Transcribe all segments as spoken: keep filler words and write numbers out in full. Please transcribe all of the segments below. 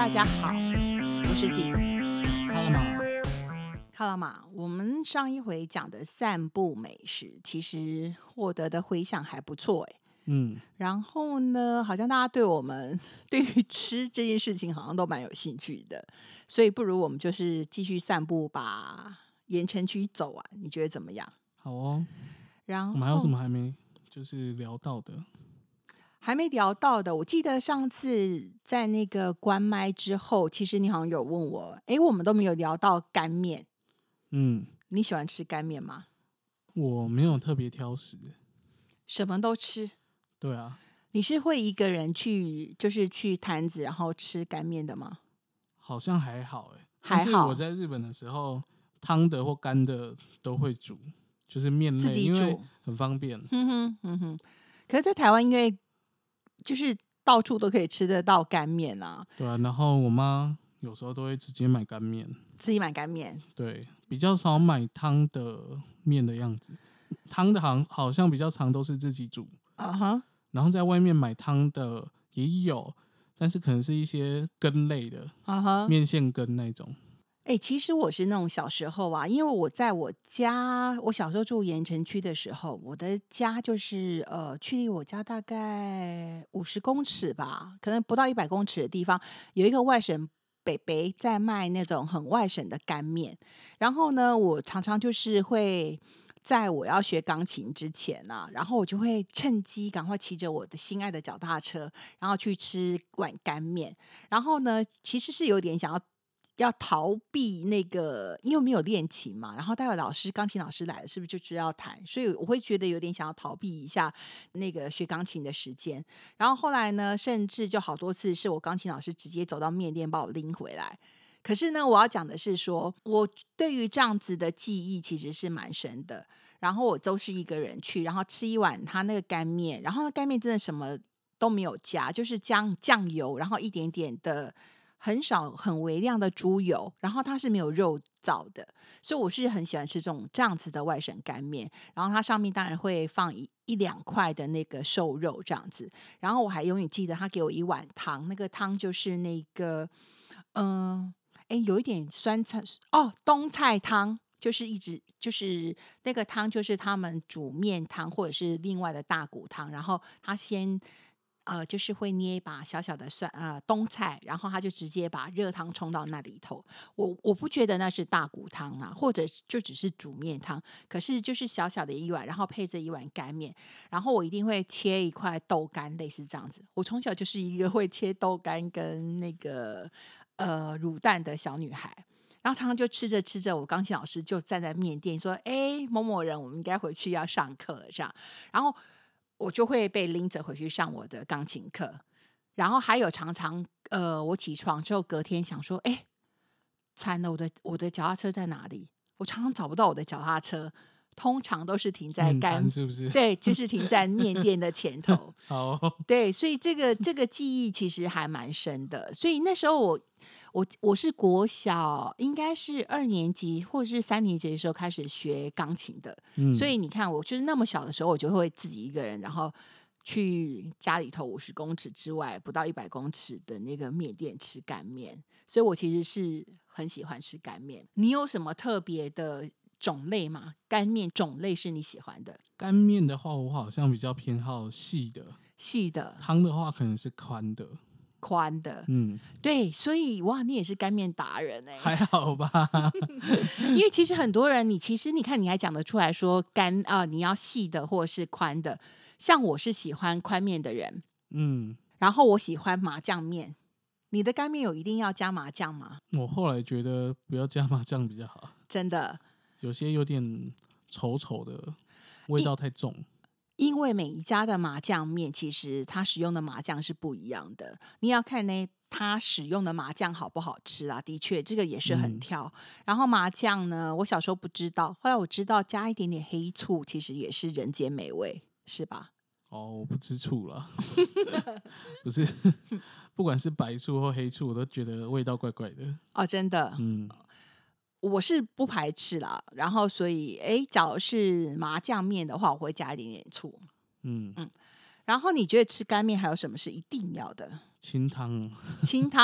大家好，我是迪好了吗？ 卡拉玛。我们上一回讲的散步美食，其实获得的回响还不错哎。 嗯， 然后呢，好像大家对我们对于吃这件事情好像都蛮有兴趣的，所以不如我们就是继续散步，把盐城区走完，你觉得怎么样？ 好哦。 然我们还有什后么还没就是聊到的？ 还没聊到的，我记得上次在那个关麦之后，其实你好像有问我，诶，我们都没有聊到干面， 嗯， 你喜欢吃干面吗？ 我没有特别挑食。 什么都吃。 对啊， 你是会一个人去，就是去摊子然后吃干面的吗？ 好像还好哎。但是还好， 我在日本的时候，汤的或干的都会煮，就是面自类，因为己煮。 很方便。 哼哼哼哼。可是，在台湾，因为就是到处都可以吃得到干面啊， 对啊，然后我妈有时候都会直接买干面， 自己买干面。 对，比较少买汤的面的样子。汤的好像好像比较常都是自己煮。 啊哈。 然后在外面买汤的也有，但是可能是一些羹类的， 啊哈。 面线羹那种。 哎、其实我是那种小时候啊，因为我在我家，我小时候住盐城区的时候，我的家就是呃，距离我家大概五十公尺吧，可能不到一百公尺的地方，有一个外省北北在卖那种很外省的干面。然后呢，我常常就是会在我要学钢琴之前啊，然后我就会趁机赶快骑着我的心爱的脚踏车，然后去吃碗干面。然后呢，其实是有点想要。要逃避那个，因为没有练琴嘛，然后待会老师钢琴老师来了，是不是就知道弹？所以我会觉得有点想要逃避一下那个学钢琴的时间。然后后来呢，甚至就好多次是我钢琴老师直接走到面店把我拎回来。可是呢，我要讲的是说，我对于这样子的记忆其实是蛮深的。然后我都是一个人去，然后吃一碗他那个干面，然后那干面真的什么都没有加，就是酱酱油，然后一点点的。很少很微量的猪油，然后它是没有肉燥的，所以我是很喜欢吃这种这样子的外省干面。然后它上面当然会放一一两块的那个瘦肉这样子。然后我还永远记得他给我一碗汤，那个汤就是那个，嗯、呃，哎，有一点酸菜哦，冬菜汤。就是一直就是那个汤，就是他们煮面汤或者是另外的大骨汤，然后他先呃，就是会捏一把小小的蒜呃冬菜，然后他就直接把热汤冲到那里头。我我不觉得那是大骨汤啊，或者就只是煮面汤，可是就是小小的一碗，然后配着一碗干面，然后我一定会切一块豆干，类似这样子。我从小就是一个会切豆干跟那个呃卤蛋的小女孩。然后常常就吃着吃着，我钢琴老师就站在面店说：“哎，某某人，我们应该回去要上课了。”这样，然后我就会被拎着回去上我的钢琴课。然后还有常常，呃，我起床之后隔天想说：“哎，惨了，我的我的脚踏车在哪里？”我常常找不到我的脚踏车，通常都是停在面干， 摊是不是？ 对，就是停在面店的前头。 好哦。 对，所以这个这个记忆其实还蛮深的。所以那时候我我我是国小，应该是二年级或者是三年级的时候开始学钢琴的。 嗯， 所以你看，我就是那么小的时候，我就会自己一个人，然后去家里头五十公尺之外不到一百公尺的那个面店吃干面。所以我其实是很喜欢吃干面。你有什么特别的种类吗？干面种类是你喜欢的？ 干面的话，我好像比较偏好细的， 细的、 汤的话可能是宽的。 宽的？ 嗯， 对，所以哇，你也是干面达人哎、 还好吧。 因为其实很多人，你其实你看，你还讲得出来说干啊、呃，你要细的或者是宽的。像我是喜欢宽面的人， 嗯， 然后我喜欢麻酱面。你的干面有一定要加麻酱吗？ 我后来觉得不要加麻酱比较好， 真的， 有些有点稠稠的，味道太重。 因为每一家的麻酱面其实它使用的麻酱是不一样的，你要看呢它使用的麻酱好不好吃啊。的确，这个也是很挑。嗯、然后麻酱呢，我小时候不知道，后来我知道加一点点黑醋，其实也是人间美味，是吧？ 哦，我不吃醋了，不是，不管是白醋或黑醋，我都觉得味道怪怪的。 哦，真的， 嗯， 我是不排斥啦。然后，所以，哎，假如是麻酱面的话，我会加一点点醋。 嗯嗯。然后，你觉得吃干面还有什么是一定要的？ 清汤。 清汤。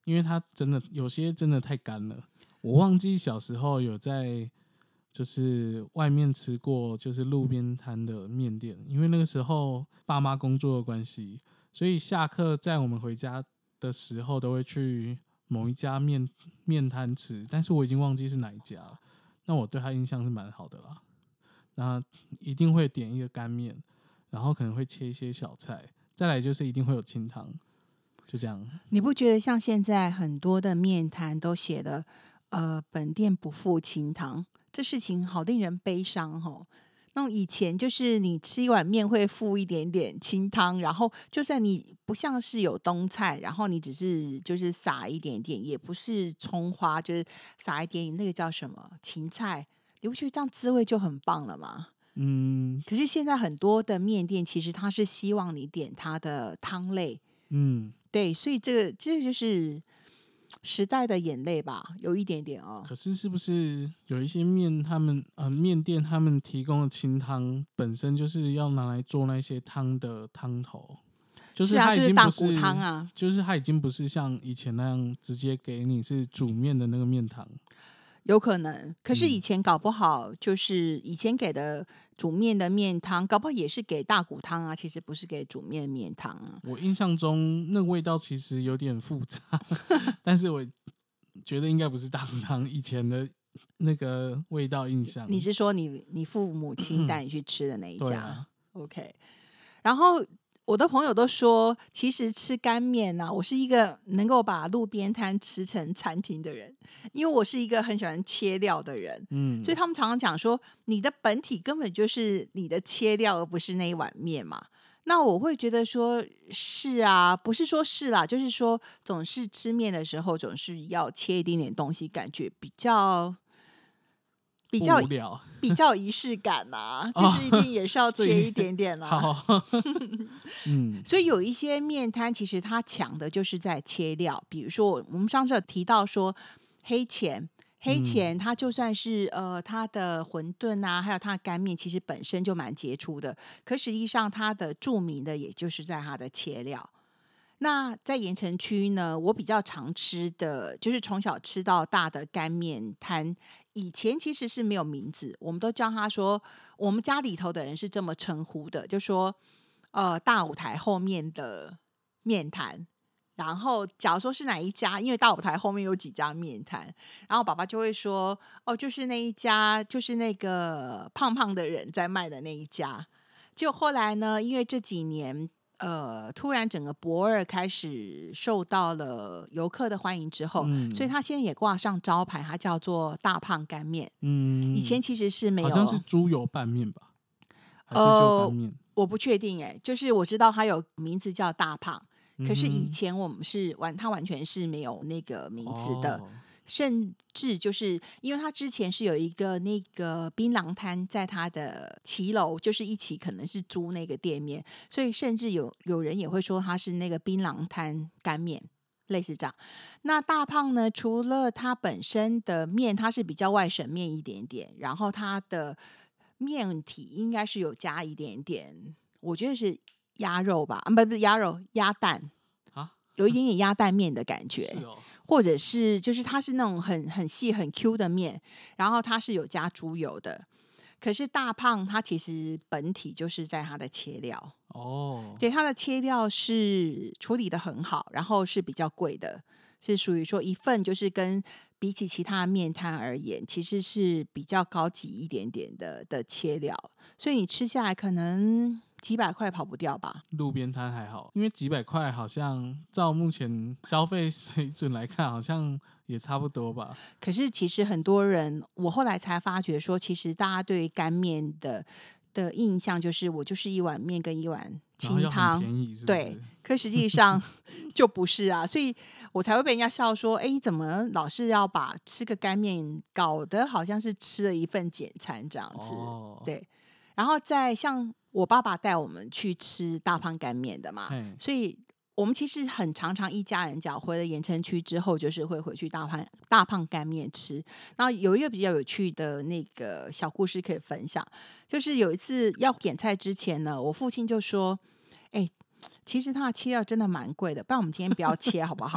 因为它真的有些真的太干了。我忘记小时候有在就是外面吃过就是路边摊的面店，因为那个时候爸妈工作的关系，所以下课载我们回家的时候都会去某一家面面摊吃，但是我已经忘记是哪一家了。那我对他印象是蛮好的啦。那一定会点一个干面，然后可能会切一些小菜，再来就是一定会有清汤，就这样。 你不觉得像现在很多的面摊都写了呃本店不附清汤，这事情好令人悲伤哦。那以前就是你吃一碗面会附一点点清汤，然后就算你不像是有冬菜，然后你只是就是撒一点点，也不是葱花，就是撒一点点那个叫什么芹菜，你不觉得这样滋味就很棒了吗？ 嗯可是现在很多的面店其实它是希望你点它的汤类， 嗯， 对，所以这个这个就是时代的眼泪吧，有一点点哦。 可是是不是有一些面他们呃面店他们提供的清汤本身就是要拿来做那些汤的汤头？就是是啊， 它已就是大经不是， 骨汤啊。 就是它已经不是像以前那样直接给你是煮面的那个面汤。 有可能，可是以嗯前搞不好就是以前给的煮面的面汤，搞不好也是给大骨汤啊，其实不是给煮面面汤啊。 我印象中那个味道其实有点复杂，但是我觉得应该不是大骨汤以前的那个味道印象。 你是说你你父母亲带你去吃的那一家、 对啊， OK， 然后我的朋友都说，其实吃干面啊，我是一个能够把路边摊吃成餐厅的人，因为我是一个很喜欢切料的人， 嗯， 所以他们常常讲说，你的本体根本就是你的切料，而不是那一碗面嘛。那我会觉得说，是啊，不是说是啦，就是说，总是吃面的时候，总是要切一点点东西，感觉比较比不较无聊。 比较仪式感呐、 哦就是一定也是要这也切一点点啦、 好，嗯所以有一些面摊，其实它强的就是在切料，比如说我们上次有提到说黑钱。黑嗯钱它就算是呃它的馄饨啊，还有它的干面，其实本身就蛮杰出的。可实际上它的著名的也就是在它的切料。那在盐城区呢，我比较常吃的就是从小吃到大的干面摊，以前其实是没有名字，我们都叫他说，我们家里头的人是这么称呼的，就说呃大舞台后面的面摊。然后，假如说是哪一家，因为大舞台后面有几家面摊，然后爸爸就会说：“哦，就是那一家，就是那个胖胖的人在卖的那一家。”结果后来呢，因为这几年，呃，突然整个博尔开始受到了游客的欢迎之后， 嗯所以他现在也挂上招牌，它叫做大胖干面。 嗯， 以前其实是没有， 好像是猪油拌面吧，还是就呃干面？ 我不确定哎，就是我知道它有名字叫大胖。可是以嗯哼前我们是完，它完全是没有那个名字的， 哦甚至就是因为它之前是有一个那个槟榔摊在它的骑楼，就是一起可能是租那个店面，所以甚至有有人也会说它是那个槟榔摊干面，类似这样。那大胖呢，除了它本身的面，它是比较外省面一点点，然后它的面体应该是有加一点点，我觉得是鸭肉吧，啊，不不是鸭肉，鸭蛋。 啊， 有一点点鸭蛋面的感觉， 是哦， 或者是就是它是那种很很细很 Q 的面，然后它是有加猪油的。可是大胖它其实本体就是在它的切料， 哦， 对，它的切料是处理的很好，然后是比较贵的，是属于说一份就是跟比起其他面摊而言，其实是比较高级一点点的的切料，所以你吃下来可能几百块跑不掉吧。 路边摊还好，因为几百块好像照目前消费水准来看，好像也差不多吧。 可是其实很多人，我后来才发觉说，其实大家对于干面的的印象就是我就是一碗面跟一碗然后又很清汤， 便宜，是不是？ 对，可实际上就不是啊，所以我才会被人家笑说，哎，怎么老是要把吃个干面搞得好像是吃了一份简餐这样子？ 哦， 对，然后再像我爸爸带我们去吃大胖干面的嘛， 嘿， 所以我们其实很常常一家人只要回了盐城区之后，就是会回去大胖大胖干面吃。然后有一个比较有趣的那个小故事可以分享，就是有一次要点菜之前呢，我父亲就说：“哎，其实他的切料真的蛮贵的，不然我们今天不要切好不好？”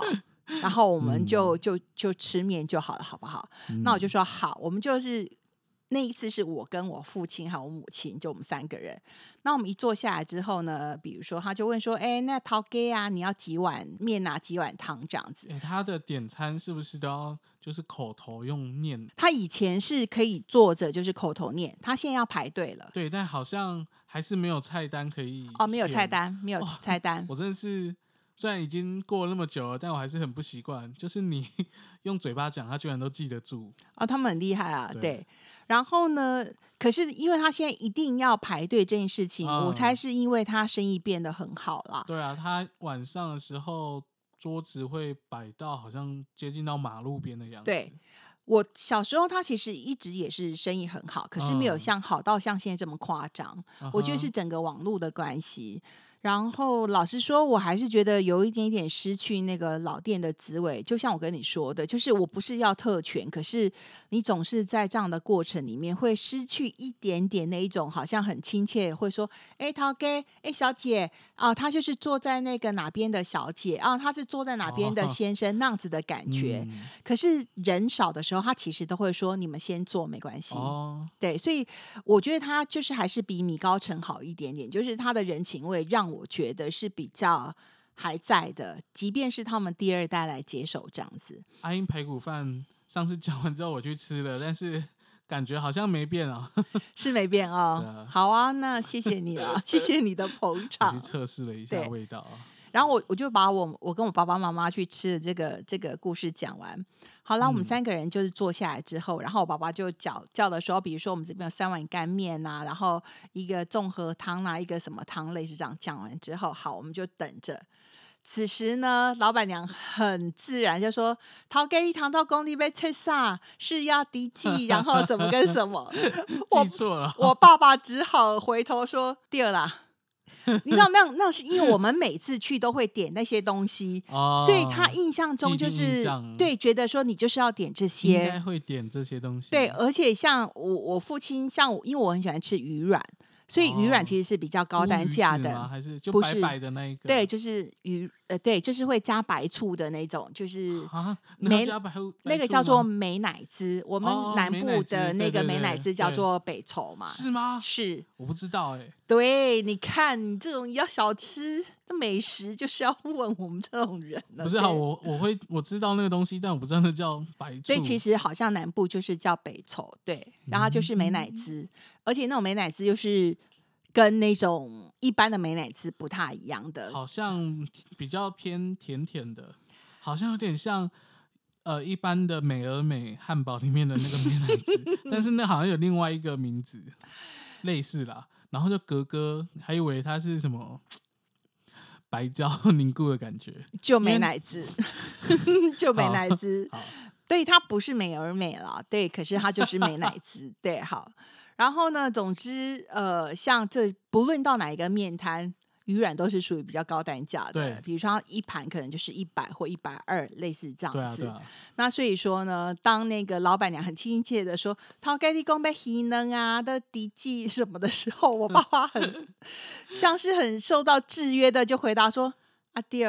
然后我们就、 嗯、 就就吃面就好了，好不好？ 嗯、 那我就说好，我们就是那一次是我跟我父亲还有我母亲，就我们三个人。那我们一坐下来之后呢，比如说他就问说：“哎，那陶给啊，你要几碗面啊，几碗汤这样子？” 哎，他的点餐是不是都要就是口头用念？ 他以前是可以坐着就是口头念，他现在要排队了。 对，但好像还是没有菜单可以哦，没有菜单，没有菜单。 哦、我真的是虽然已经过了那么久了，但我还是很不习惯，就是你用嘴巴讲，他居然都记得住。 哦，他们很厉害啊， 对。 对然后呢，可是因为他现在一定要排队这件事情、嗯、我猜是因为他生意变得很好啦。 对啊，他晚上的时候桌子会摆到好像接近到马路边的样子。 对，我小时候他其实一直也是生意很好，可是没有像好到像现在这么夸张、嗯、我觉得是整个网络的关系。然后老实说，我还是觉得有一点点失去那个老店的滋味。就像我跟你说的，就是我不是要特权，可是你总是在这样的过程里面会失去一点点那一种好像很亲切，会说哎陶给哎小姐啊，他就是坐在那个哪边的小姐啊，他是坐在哪边的先生、哦、那样子的感觉、嗯、可是人少的时候他其实都会说你们先坐没关系、哦、对，所以我觉得他就是还是比米高城好一点点，就是他的人情味让我觉得是比较还在的，即便是他们第二代来接手这样子。 阿英排骨饭上次讲完之后我去吃了，但是感觉好像没变啊。 是没变哦、啊好啊，那谢谢你了谢谢你的捧场。 我去测试了一下味道啊。 然后我我就把我我跟我爸爸妈妈去吃的这个这个故事讲完。好了，我们三个人就是坐下来之后，嗯、然后我爸爸就叫叫的时候，比如说我们这边有三碗干面啊，然后一个综合汤啊，一个什么汤类似这样讲完之后，好，我们就等着。此时呢，老板娘很自然就说：“陶给一堂到公里被切杀是要滴记，然后什么跟什么。” 记错了， 我爸爸只好回头说：“对啦。”你知道那那是因为我们每次去都会点那些东西、哦、所以他印象中就是对觉得说你就是要点这些， 应该会点这些东西。 对，而且像我我父亲像我，因为我很喜欢吃鱼软，所以鱼软其实是比较高单价的， 哦、还是就白白的那一个？ 对，就是鱼呃，对，就是会加白醋的那种，就是美加白那个叫做美乃滋，我们南部的那个美乃滋叫做北稠嘛， 是吗？ 是， 我不知道哎、欸。 对，你看你这种要小吃的美食，就是要问我们这种人了。 不是啊，我我会我知道那个东西，但我不知道那叫白醋。 所以其实好像南部就是叫北稠，对，然后就是美乃滋、嗯，而且那种美乃滋又是跟那种一般的美乃滋不太一样的， 好像比较偏甜甜的，好像有点像呃一般的美而美汉堡里面的那个美乃滋，但是那好像有另外一个名字，类似啦。然后就格格还以为它是什么白胶凝固的感觉， 就美乃滋，就美乃滋，对，它不是美而美啦，对，可是它就是美乃滋，对，好。然后呢，总之，呃，像这不论到哪一个面摊，鱼软都是属于比较高单价的，比如说它一盘可能就是一百或一百二，类似这样子。 对啊对啊， 那所以说呢，当那个老板娘很亲切的说“陶给你讲被鱼能啊的底记什么”的时候，我爸爸很像是很受到制约的，就回答说：“啊对。”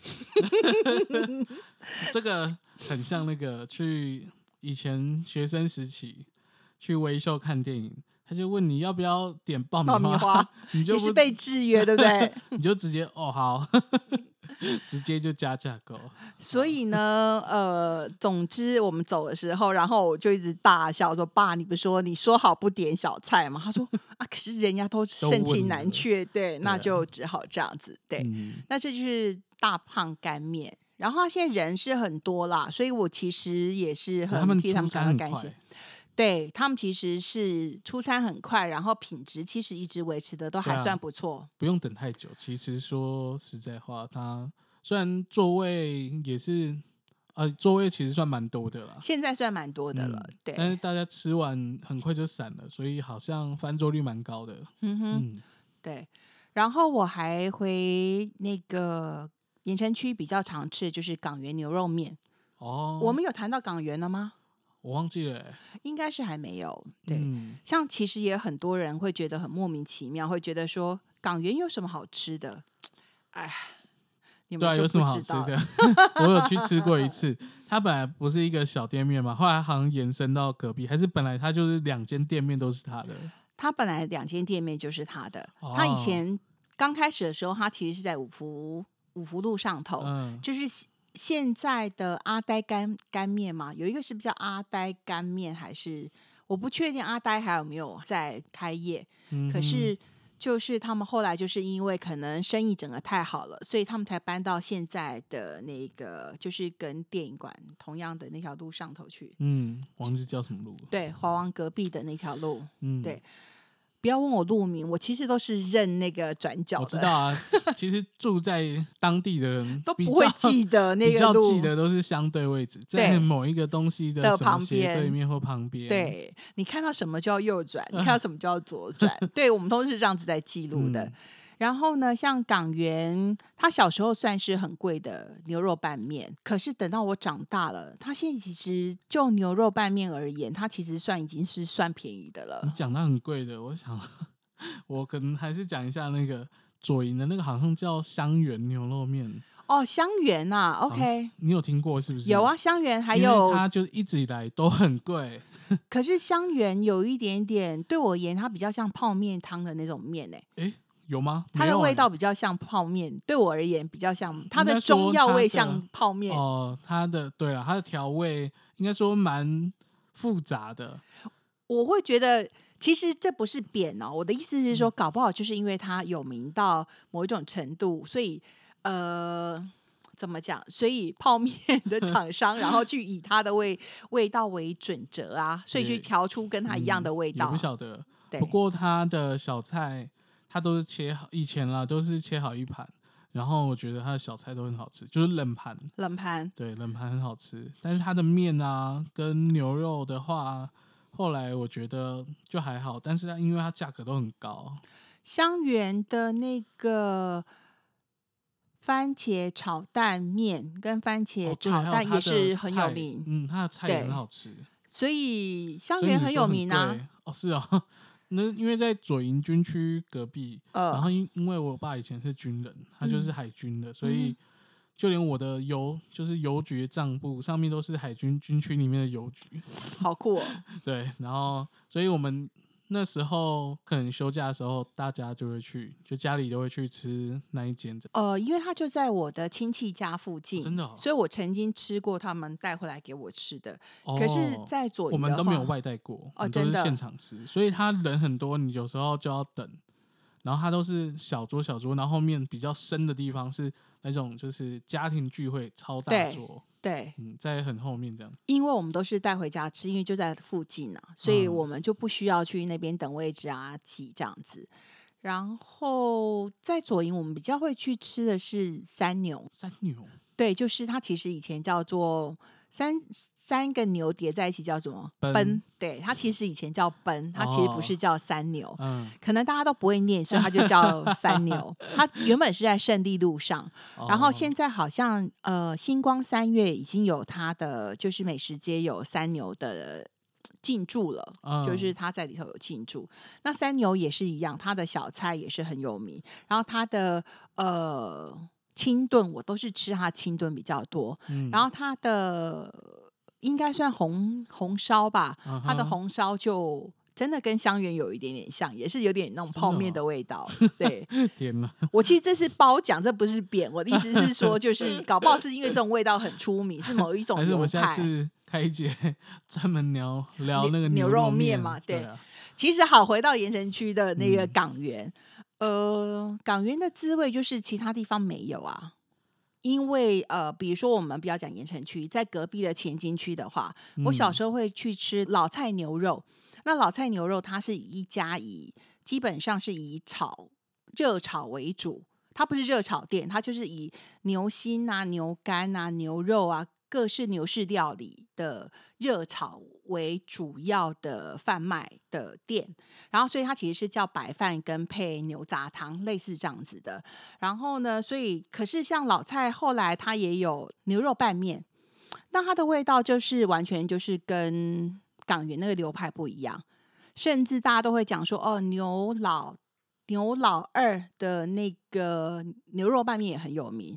这个很像那个去以前学生时期去微秀看电影。他就问你要不要点爆米 花, 爆米花你就也是被制约对不对？ 你就直接哦好直接就加价购。 所以呢呃，总之我们走的时候，然后我就一直大笑说：“爸，你不是说你说好不点小菜吗？”他说：“啊，可是人家都盛情难却，对，那就只好这样子。对”嗯，那这就是大胖干面。然后他现在人是很多啦，所以我其实也是很替他们感到感谢。对，他们其实是出餐很快，然后品质其实一直维持的都还算不错、啊、 不用等太久。其实说实在话，它虽然座位也是呃座位其实算蛮多的了， 现在算蛮多的了、嗯、对， 但是大家吃完很快就散了，所以好像翻桌率蛮高的。 嗯哼嗯，对。然后我还回那个盐城区比较常吃的就是港源牛肉面。哦，我们有谈到港源了吗？ 我忘记了、欸， 应该是还没有。对、 嗯， 像其实也有很多人会觉得很莫名其妙，会觉得说港源有什么好吃的？哎， 你对啊， 们就有什么好不知道。 吃的？我有去吃过一次，它本来不是一个小店面嘛，后来好像延伸到隔壁，还是本来它就是两间店面都是它的。 他本来两间店面就是他的， 哦、 他以前刚开始的时候，他其实是在五福五福路上头， 嗯， 就是现在的阿呆干干面嘛，有一个是不是叫阿呆干面，还是我不确定阿呆还有没有在开业， 嗯哼， 可是就是他们后来就是因为可能生意整个太好了，所以他们才搬到现在的那个就是跟电影馆同样的那条路上头去。 嗯，忘记叫什么路， 对，华王隔壁的那条路。 嗯， 对，不要问我路名，我其实都是认那个转角的。 我知道啊，其实住在当地的人都不会记得那比较个路， 记得都是相对位置，在某一个东西的的什么旁边斜对面或旁边。 对，你看到什么就要右转，你看到什么就要左转。对，我们都是这样子在记录的。 嗯然后呢，像港园，它小时候算是很贵的牛肉拌面，可是等到我长大了，它现在其实就牛肉拌面而言，它其实算已经是算便宜的了。 你讲到很贵的，我想我可能还是讲一下那个左营的那个，好像叫香园牛肉面。 哦，香园啊 ，OK， 你有听过是不是？ 有啊，香园还因为有， 它就一直以来都很贵。 可是香园有一点点，对我而言，它比较像泡面汤的那种面诶、 诶，有吗？ 它的味道没有欸比较像泡面，对我而言比较像它的应该说中药它的味像泡面。 哦，它的对了，它的调味应该说蛮复杂的。 我会觉得，其实这不是贬哦，我的意思是嗯说，搞不好就是因为它有名到某一种程度，所以呃。怎么讲？所以泡面的厂商，然后去以它的味味道为准则啊，所以去也调出跟它一样的味道。 嗯也不晓得。 对不过它的小菜，它都是切好，以前啦都是切好一盘，然后我觉得它的小菜都很好吃，就是冷盘。 冷盘。 对，冷盘很好吃，但是它的面啊跟牛肉的话，后来我觉得就还好，但是它因为它价格都很高。 香园的那个番茄炒蛋面跟番茄哦，对， 炒蛋也还有它的是很有菜名， 嗯，它的菜也对很好吃， 所以香所以园很你说很有名啊。 贵哦，是哦，那因为在左营军区隔壁，然后呃， 因因为我爸以前是军人，他就是嗯海军的，所以嗯就连我的邮就是邮局账簿上面都是海军军区里面的邮局， 好酷哦。 对，然后所以我们那时候可能休假的时候，大家就会去，就家里都会去吃那一间的。 呃，因为它就在我的亲戚家附近， 哦真的哦所以我曾经吃过他们带回来给我吃的。 哦可是，在左营的我们都没有话， 外带过， 哦我们都是真的现场吃，所以他人很多，你有时候就要等。然后它都是小桌小桌，然后后面比较深的地方是那种就是家庭聚会超大对桌， 对， 嗯，在很后面这样。 因为我们都是带回家吃，因为就在附近啊，所以嗯我们就不需要去那边等位置啊挤这样子。然后在左营，我们比较会去吃的是三牛， 三牛对，就是它其实以前叫做三三个牛叠在一起叫什么奔对，它其实以前叫奔，它其实不是叫三牛。 嗯， 可能大家都不会念，所以它就叫三牛。它原本是在胜利路上，然后现在在好像呃星光三月已经有它的就是美食街有三牛的进驻了， 嗯就是它在里头有进驻。那三牛也是一样，它的小菜也是很有名，然后它的呃清炖我都是吃它清炖比较多， 嗯然后它的应该算红红烧吧， 嗯哼它的红烧就真的跟香园有一点点像，也是有点那种泡面的味道。对天哪， 我其实这是褒奖，这不是贬。我的意思是说，就是搞不好是因为这种味道很出名，是某一种流还是我们下派。 次开一节专门聊聊那个牛肉肉面嘛对对啊， 其实好，回到盐城区的那个嗯港园，呃，港园的滋味就是其他地方没有啊。因为呃，比如说我们不要讲盐城区，在隔壁的前金区的话，我小嗯时候会去吃老菜牛肉。那老菜牛肉它是以一家以基本上是以炒热炒为主，它不是热炒店，它就是以牛心啊、牛肝啊、牛肉啊各式牛式料理的热炒为主要的贩卖的店，然后所以它其实是叫白饭跟配牛杂汤，类似这样子的。然后呢，所以可是像老蔡后来它也有牛肉拌面，那它的味道就是完全就是跟港园那个流派不一样，甚至大家都会讲说哦，牛老牛老二的那个牛肉拌面也很有名。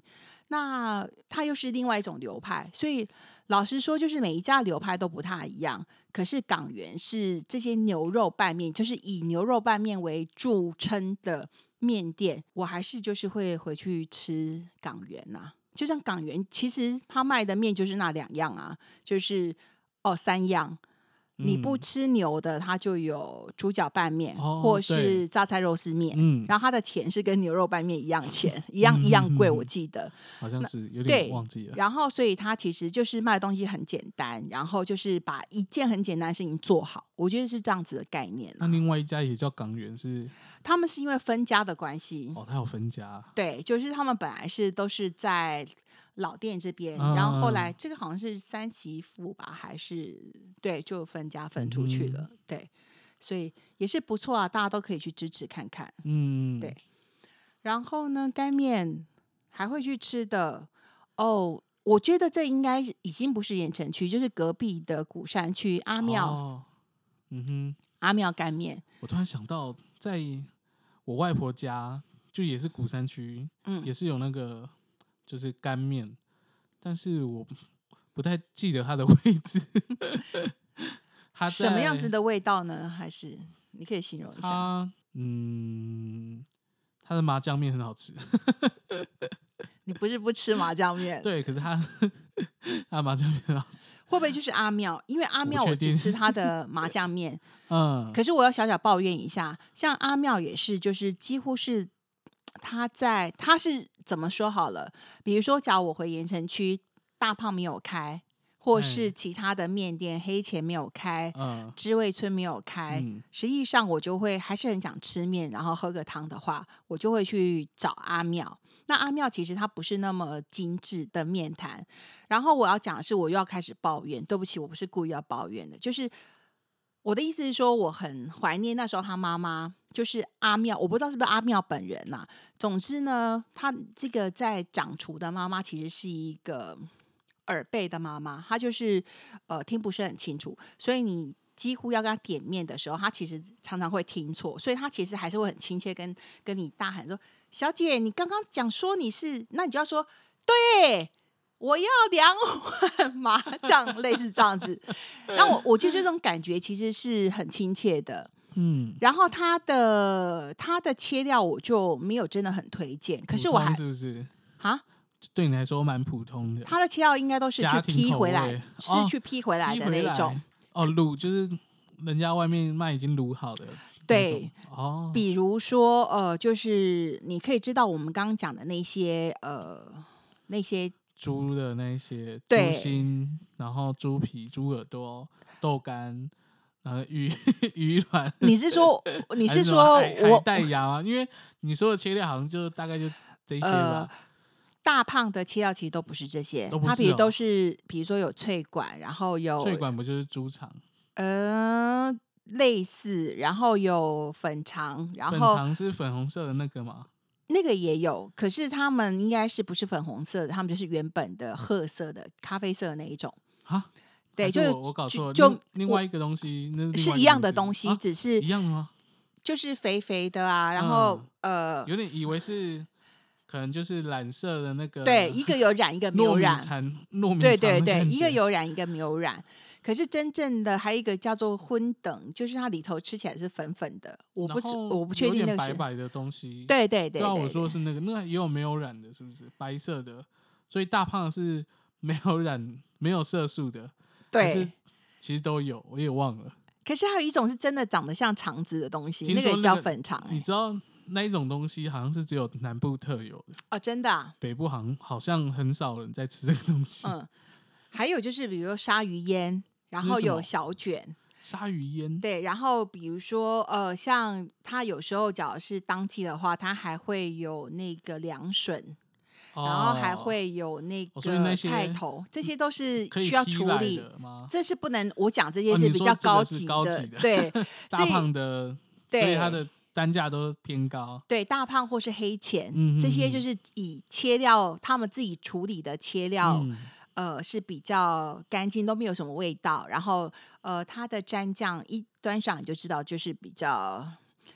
那它又是另外一种流派，所以老实说，就是每一家流派都不太一样。可是港源是这些牛肉拌面，就是以牛肉拌面为著称的面店，我还是就是会回去吃港源呐、啊。就像港源，其实他卖的面就是那两样啊，就是哦三样。你不吃牛的，它就有猪脚拌面， 哦、 或是榨菜肉丝面、嗯，然后它的钱是跟牛肉拌面一样钱，一样一样贵，我记得好像是有点忘记了。 然后，所以它其实就是卖的东西很简单，然后就是把一件很简单的事情做好，我觉得是这样子的概念、啊。 那另外一家也叫港源是？ 他们是因为分家的关系哦，他有分家， 对，就是他们本来是都是在老店这边、嗯，然后后来这个好像是三媳妇吧，还是对，就分家分出去了、嗯，对，所以也是不错啊，大家都可以去支持看看，嗯，对。然后呢，干面还会去吃的哦，我觉得这应该已经不是盐埕区，就是隔壁的鼓山区阿庙， 哦、嗯哼， 阿庙干面。 我突然想到，在我外婆家就也是鼓山区，嗯，也是有那个。就是干面，但是我不太记得它的位置。它什么样子的味道呢？还是你可以形容一下？ 它嗯，它的麻酱面很好吃。 你不是不吃麻酱面？ 对，可是它它麻酱面很好吃。 会不会就是阿庙？因为阿庙我只吃它的麻酱面。嗯，可是我要小小抱怨一下，像阿庙也是，就是几乎是。他在他是怎么说好了？比如说，假如我回盐埕区，大胖没有开，或是其他的面店黑钱没有开，嗯，知味村没有开、嗯，实际上我就会还是很想吃面，然后喝个汤的话，我就会去找阿庙。那阿庙其实它不是那么精致的面摊。然后我要讲的是，我又要开始抱怨，对不起，我不是故意要抱怨的，就是我的意思是说，我很怀念那时候他妈妈。就是阿庙，我不知道是不是阿庙本人啦、啊。总之呢，他这个在掌厨的妈妈其实是一个耳背的妈妈，她就是呃听不是很清楚，所以你几乎要跟她点面的时候，她其实常常会听错，所以她其实还是会很亲切跟跟你大喊说：“小姐，你刚刚讲说你是，那你就要说对。”我要两碗麻酱，类似这样子。那我我觉得这种感觉其实是很亲切的。嗯，然后它的它的切料我就没有真的很推荐，可是我还是不是啊？ 对你来说蛮普通的。 它的切料应该都是去批回来，是去批回来的那种。 哦，卤就是人家外面卖已经卤好的。 对，哦，比如说呃，就是你可以知道我们刚刚讲的那些呃那些。 猪的那些猪心，然后猪皮、猪耳朵、豆干，然后鱼鱼卵。 你是说你是说我海带芽吗？因为你说的切料好像就大概就这些吧。呃、 大胖的切料其实都不是这些， 都不是、哦、 它比如都是，比如说有脆管，然后有脆管不就是猪肠？ 呃，类似，然后有粉肠，然后粉肠是粉红色的那个吗？ 那个也有，可是他们应该是不是粉红色的，他们就是原本的褐色的、咖啡色的那一种。 啊， 对，就是我搞错了， 就另外一个东西，那是一样的东西， 啊、 只是一样的吗？ 就是肥肥的啊，然后、嗯、呃， 有点以为是可能就是染色的那个， 对，一个有染，一个没有染， 糯米对对对，一个有染，一个没有染。可是真正的还有一个叫做荤等，就是它里头吃起来是粉粉的，我不我不确定那个是白白的东西。 对对对，对， 对，我说的是那个，那个也有没有染的，是不是白色的？所以大胖是没有染、没有色素的。 对， 其实都有，我也忘了。 可是还有一种是真的长得像肠子的东西， 那个也叫粉肠、欸。 你知道那一种东西好像是只有南部特有的哦，真的、啊？ 北部好像好像很少人在吃这个东西。 嗯，还有就是比如说鲨鱼烟。然后有小卷鲨鱼烟， 对，然后比如说呃，像它有时候假如是当季的话，它还会有那个凉笋，哦、然后还会有那个菜头，哦、这些都是需要处理。这是不能我讲这些是比较高级的， 哦、高级的对， 大胖的，对，所以它的单价都偏高。 对，大胖或是黑钱、嗯，这些就是以切料他们自己处理的切料。嗯呃，是比较干净，都没有什么味道。然后，呃，它的蘸酱一端上你就知道，就是比较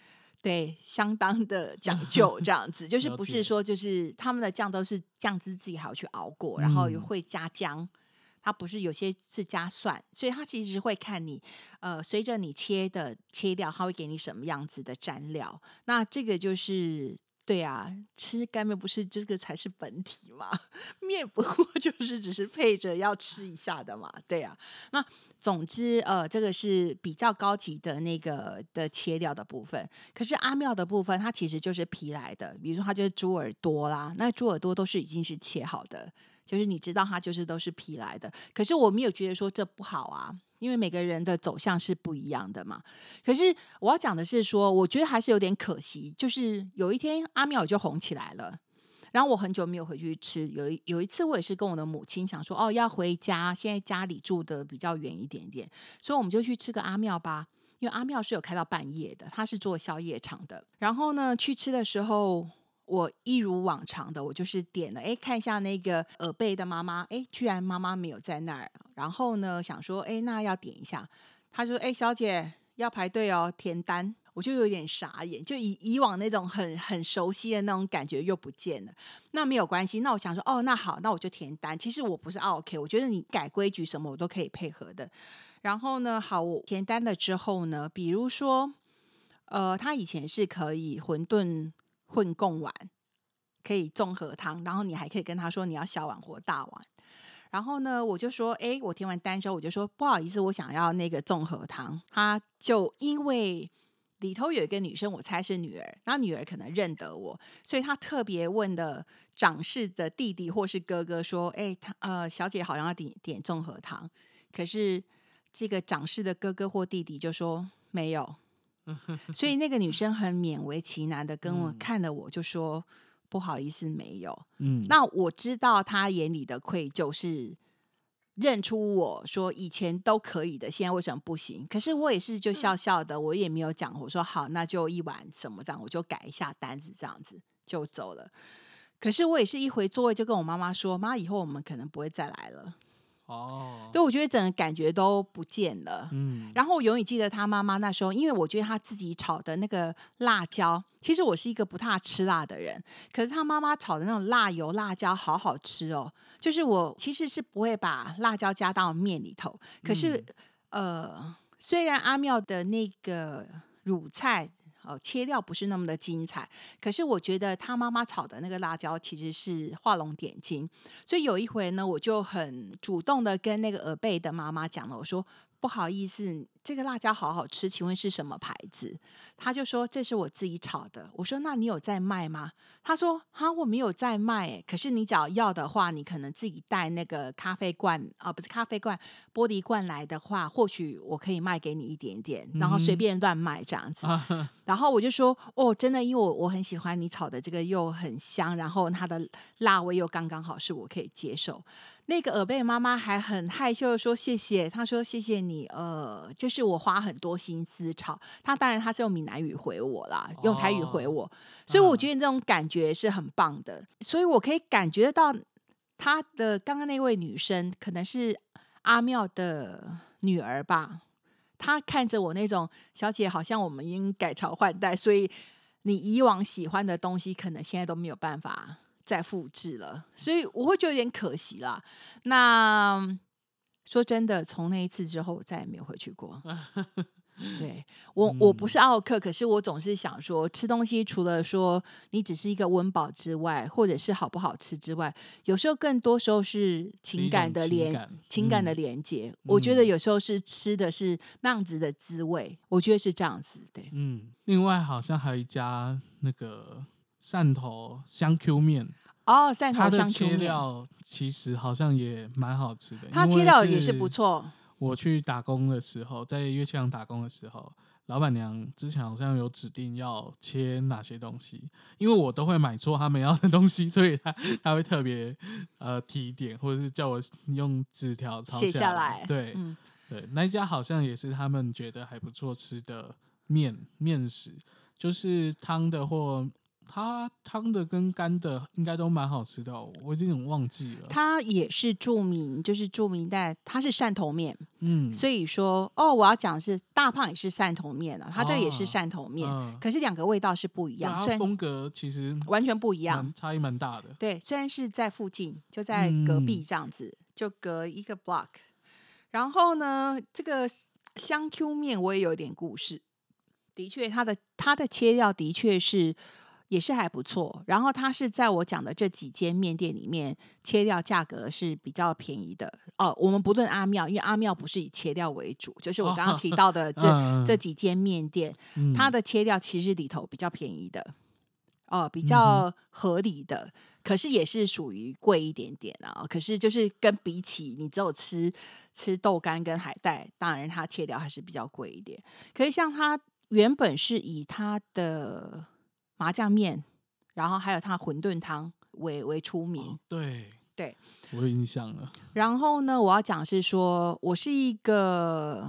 对，相当的讲究，这样子就是了不是解， 说就是他们的酱都是酱汁自己还要去熬过，然后也嗯会加姜，它不是有些是加蒜，所以它其实会看你呃随着你切的切料，它会给你什么样子的蘸料。那这个就是对啊，吃干面不是这个才是本体嘛，面不过就是只是配着要吃一下的嘛，对啊。那总之，呃，这个是比较高级的那个的切料的部分。可是阿妙的部分，它其实就是皮来的，比如说它就是猪耳朵啦，那猪耳朵都是已经是切好的，就是你知道它就是都是皮来的。可是我没有觉得说这不好啊，因为每个人的走向是不一样的嘛。可是我要讲的是说，我觉得还是有点可惜，就是有一天阿妙就红起来了。然后我很久没有回去吃，有一有一次我也是跟我的母亲想说，哦，要回家，现在家里住的比较远一点点，所以我们就去吃个阿妙吧。因为阿妙是有开到半夜的，他是做宵夜场的。然后呢，去吃的时候，我一如往常的，我就是点了，哎，看一下那个耳背的妈妈，哎，居然妈妈没有在那儿。然后呢，想说，哎，那要点一下。他说，哎，小姐要排队哦，填单。我就有点傻眼，就以以往那种很很熟悉的那种感觉又不见了。那没有关系，那我想说，哦，那好，那我就填单。其实我不是 OK， 我觉得你改规矩什么我都可以配合的。然后呢，好，我填单了之后呢，比如说，呃，他以前是可以馄饨混贡碗，可以综合汤，然后你还可以跟他说你要小碗或大碗。然后呢，我就说，哎，我填完单之后，我就说不好意思，我想要那个综合汤。他就因为里头有一个女生，我猜是女儿，那女儿可能认得我，所以她特别问的长氏的弟弟或是哥哥说：“哎，他呃，小姐好像要点点综合汤。”可是这个长氏的哥哥或弟弟就说没有，所以那个女生很勉为其难的跟我看了我就说：“不好意思，没有。” 嗯， 那我知道他眼里的愧疚是认出我说以前都可以的，现在为什么不行？可是我也是就笑笑的，我也没有讲，我说好，那就一碗什么这样，我就改一下单子，这样子就走了。可是我也是一回座位就跟我妈妈说，妈，以后我们可能不会再来了。 哦， 对，我觉得整个感觉都不见了。 嗯， 然后我永远记得他妈妈那时候，因为我觉得他自己炒的那个辣椒，其实我是一个不太吃辣的人，可是他妈妈炒的那种辣油辣椒好好吃哦。就是我其实是不会把辣椒加到面里头，可是、嗯、呃，虽然阿妙的那个乳菜。哦，切料不是那么的精彩，可是我觉得他妈妈炒的那个辣椒其实是画龙点睛，所以有一回呢，我就很主动的跟那个耳背的妈妈讲了，我说不好意思，这个辣椒好好吃，请问是什么牌子？他就说这是我自己炒的。我说那你有在卖吗？他说哈，我没有在卖诶，可是你只要要的话，你可能自己带那个咖啡罐啊、呃，不是咖啡罐，玻璃罐来的话，或许我可以卖给你一点点，然后随便乱卖这样子。嗯、然后我就说哦，真的，因为我我很喜欢你炒的这个，又很香，然后它的辣味又刚刚好，是我可以接受。那个耳背妈妈还很害羞的说谢谢，她说谢谢你，呃，就是我花很多心思炒，她当然她是用闽南语回我啦，用台语回我，哦、所以我觉得这种感觉是很棒的，所以我可以感觉到她的刚刚那位女生可能是阿妙的女儿吧，她看着我那种小姐，好像我们已经改朝换代，所以你以往喜欢的东西，可能现在都没有办法再复制了，所以我会觉得有点可惜啦。那说真的，从那一次之后，我再也没有回去过。对我，我不是奥克，可是我总是想说，吃东西除了说你只是一个温饱之外，或者是好不好吃之外，有时候更多时候是情感的连情感， 情感的连接。嗯、我觉得有时候是吃的是那样子的滋味，我觉得是这样子。对， 嗯。另外好像还有一家那个汕头香 Q 面。 哦，汕头香 Q 面， 它的切料其实好像也蛮好吃的。 它切料也是不错。 我去打工的时候，在乐器行打工的时候，老板娘之前好像有指定要切哪些东西，因为我都会买错他们要的东西，所以他他会特别呃提点，或者是叫我用纸条抄写下来。对、嗯、对，那一家好像也是他们觉得还不错吃的面面食，就是汤的或它汤的跟干的应该都蛮好吃的、哦，我有点忘记了。 它也是著名，就是著名在它是汕头面， 嗯， 所以说哦，我要讲的是大胖也是汕头面啊，它这个也是汕头面， 嗯可是两个味道是不一样，虽然对它风格其实完全不一样， 蛮差异蛮大的。 对，虽然是在附近，就在隔壁这样子， 嗯、 就隔一个 block。然后呢，这个香 Q 面我也有点故事，的确，它的它的切料的确是也是还不错。然后它是在我讲的这几间面店里面，切料价格是比较便宜的哦。我们不论阿庙，因为阿庙不是以切料为主，就是我刚刚提到的这、哦、这几间面店， 嗯、 它的切料其实里头比较便宜的。哦，比较合理的、嗯，可是也是属于贵一点点啊。可是就是跟比起你只有吃吃豆干跟海带，当然它切料还是比较贵一点。可是像它原本是以它的麻酱面，然后还有它馄饨汤为为出名。 哦、对对， 我有印象了。 然后呢，我要讲是说，我是一个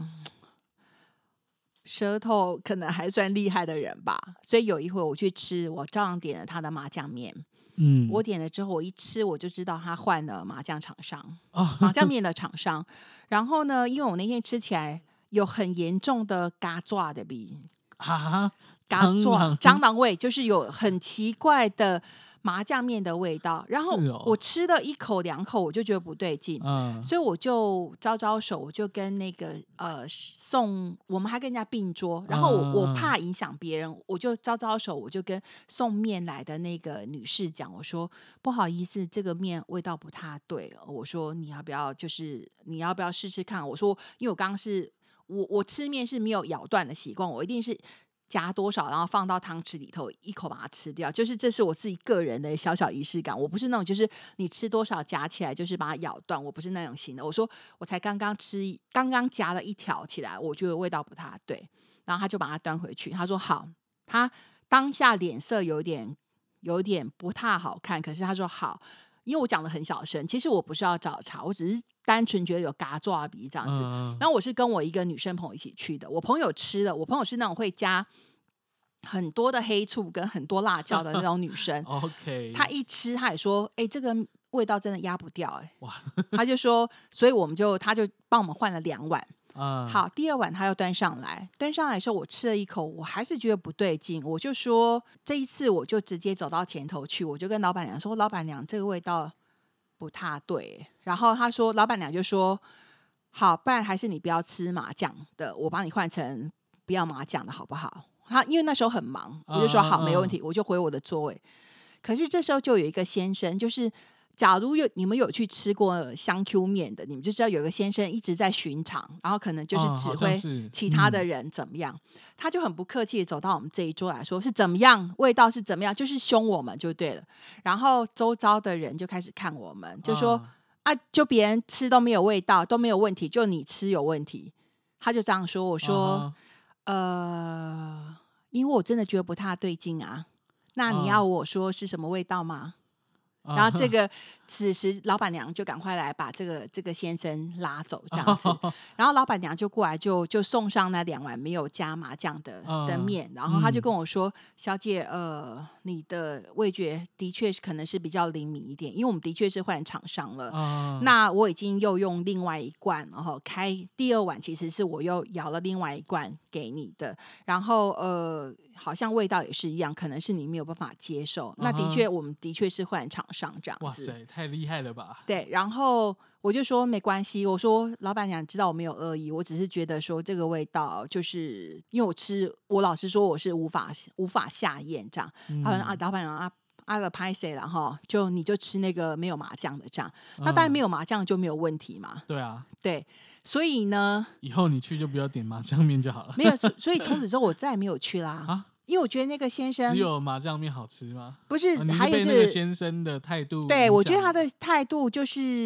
舌头可能还算厉害的人吧，所以有一回我去吃，我照样点了他的麻酱面。嗯，我点了之后，我一吃我就知道他换了麻酱厂商，哦、麻酱面的厂商。然后呢，因为我那天吃起来有很严重的嘎抓的味啊， 嘎抓蟑螂味，就是有很奇怪的麻酱面的味道。然后我吃了一口两口，我就觉得不对劲，哦、所以我就招招手，我就跟那个呃送，我们还跟人家并桌，然后我、嗯、我怕影响别人，我就招招手，我就跟送面来的那个女士讲，我说不好意思，这个面味道不太对，我说你要不要就是你要不要试试看？我说因为我刚刚是我我吃面是没有咬断的习惯，我一定是夹多少然后放到汤匙里头一口把它吃掉，就是这是我自己个人的小小仪式感。我不是那种就是你吃多少夹起来就是把它咬断，我不是那种型的。我说我才刚刚吃刚刚夹了一条起来，我觉得味道不太对，然后他就把它端回去，他说好，他当下脸色有点有点不太好看，可是他说好，因为我讲的很小声，其实我不是要找茬，我只是单纯觉得有嘎抓鼻这样子。嗯、然后我是跟我一个女生朋友一起去的，我朋友吃了，我朋友是那种会加很多的黑醋跟很多辣椒的那种女生。 OK， 她一吃，她也说：“哎、欸，这个味道真的压不掉、欸。”哎，哇！她就说，所以我们就，她就帮我们换了两碗。嗯、好，第二碗他又端上来，端上来的时候我吃了一口，我还是觉得不对劲，我就说这一次我就直接走到前头去，我就跟老板娘说，老板娘这个味道不太对。然后他说，老板娘就说好，不然还是你不要吃麻酱的，我帮你换成不要麻酱的好不好？他因为那时候很忙，我就说好，没问题，我就回我的座位。可是这时候就有一个先生，就是假如有你们有去吃过香 Q 面的，你们就知道有一个先生一直在巡场，然后可能就是指挥其他的人怎么样，哦嗯、他就很不客气的走到我们这一桌来说是怎么样，味道是怎么样，就是凶我们就对了。然后周遭的人就开始看我们，就说、哦、啊，就别人吃都没有味道，都没有问题，就你吃有问题。他就这样说，我说、哦、呃，因为我真的觉得不太对劲啊，那你要我说是什么味道吗？然后这个此时老板娘就赶快来把这个这个先生拉走这样子，然后老板娘就过来就就送上那两碗没有加麻酱的的面，然后他就跟我说、嗯、小姐呃你的味觉的确是可能是比较灵敏一点，因为我们的确是换厂商了、嗯、那我已经又用另外一罐，然后开第二碗其实是我又舀了另外一罐给你的，然后呃好像味道也是一样，可能是你没有办法接受、嗯、那的确我们的确是换厂商这样子。 哇塞，太厉害了吧。 对，然后我就说没关系，我说老板娘知道我没有恶意，我只是觉得说这个味道就是因为我吃，我老实说我是无法无法下咽这样。他说、嗯、啊，老板娘啊啊了拍谁了哈，就你就吃那个没有麻酱的这样、嗯、那当然没有麻酱就没有问题嘛。 对啊， 对，所以呢以后你去就不要点麻酱面就好了。 没有，所以从此之后我再也没有去啦啊，因为我觉得那个先生只有麻酱面好吃吗？ 不是， 哦、 还有就是被那个先生的态度。 对，我觉得他的态度就是，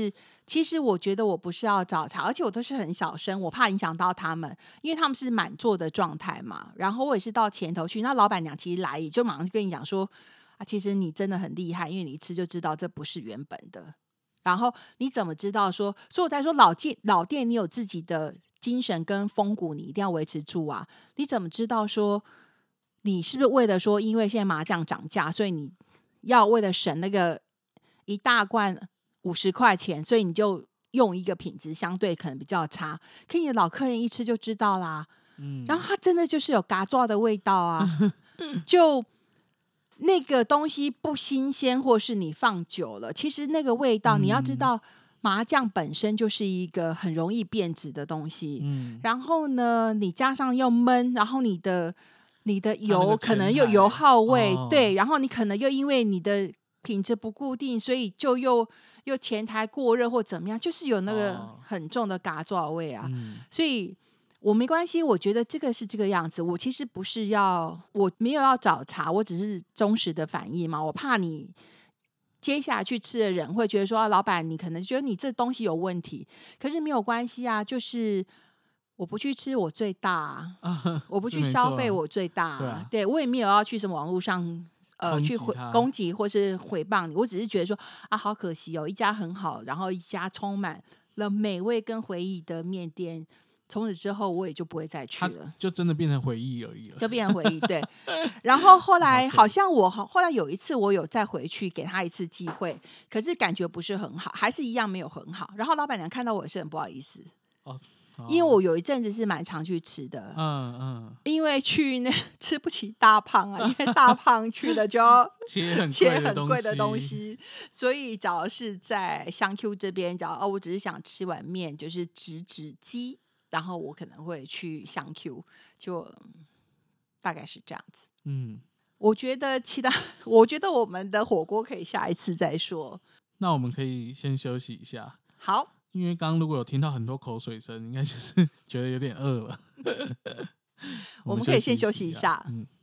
其实我觉得我不是要找茬，而且我都是很小声，我怕影响到他们，因为他们是满座的状态嘛。然后我也是到前头去，那老板娘其实来也就马上就跟你讲说啊，其实你真的很厉害，因为你一吃就知道这不是原本的。然后你怎么知道说？所以我在说老店老店，你有自己的精神跟风骨，你一定要维持住啊。你怎么知道说？ 你是不是为了说，因为现在麻酱涨价，所以你要为了省那个一大罐五十块钱，所以你就用一个品质相对可能比较差，可你的老客人一吃就知道啦。嗯，然后它真的就是有嘎抓的味道啊，就那个东西不新鲜，或是你放久了，其实那个味道，嗯、你要知道，麻酱本身就是一个很容易变质的东西。嗯，然后呢，你加上又焖，然后你的你的油可能又油耗味，哦、对，然后你可能又因为你的品质不固定，所以就又又前台过热或怎么样，就是有那个很重的嘎抓味啊，嗯、所以。我没关系，我觉得这个是这个样子。我其实不是要，我没有要找茬，我只是忠实的反应嘛。我怕你接下来去吃的人会觉得说，啊、老板你可能觉得你这东西有问题，可是没有关系啊，就是我不去吃我最大，啊、我不去消费我最大，对, 啊、对我也没有要去什么网络上呃去攻击或是诽谤你，我只是觉得说啊，好可惜哦，一家很好，然后一家充满了美味跟回忆的面店。从此之后我也就不会再去了， 就真的变成回忆而已了， 就变成回忆。对，然后后来好像我后来有一次我有再回去给他一次机会，可是感觉不是很好，还是一样没有很好。然后老板娘看到我也是很不好意思，哦哦、因为我有一阵子是蛮常去吃的，嗯嗯，因为去那吃不起大胖啊，因为大胖去了就要切很贵的东西，所以假如是在香 Q 这边，假如哦，我只是想吃碗面，就是直指鸡。然后我可能会去香 Q， 就大概是这样子。嗯，我觉得其他，我觉得我们的火锅可以下一次再说。 那我们可以先休息一下。 好， 因为刚刚如果有听到很多口水声，应该就是觉得有点饿了。 我们可以先休息一下。嗯。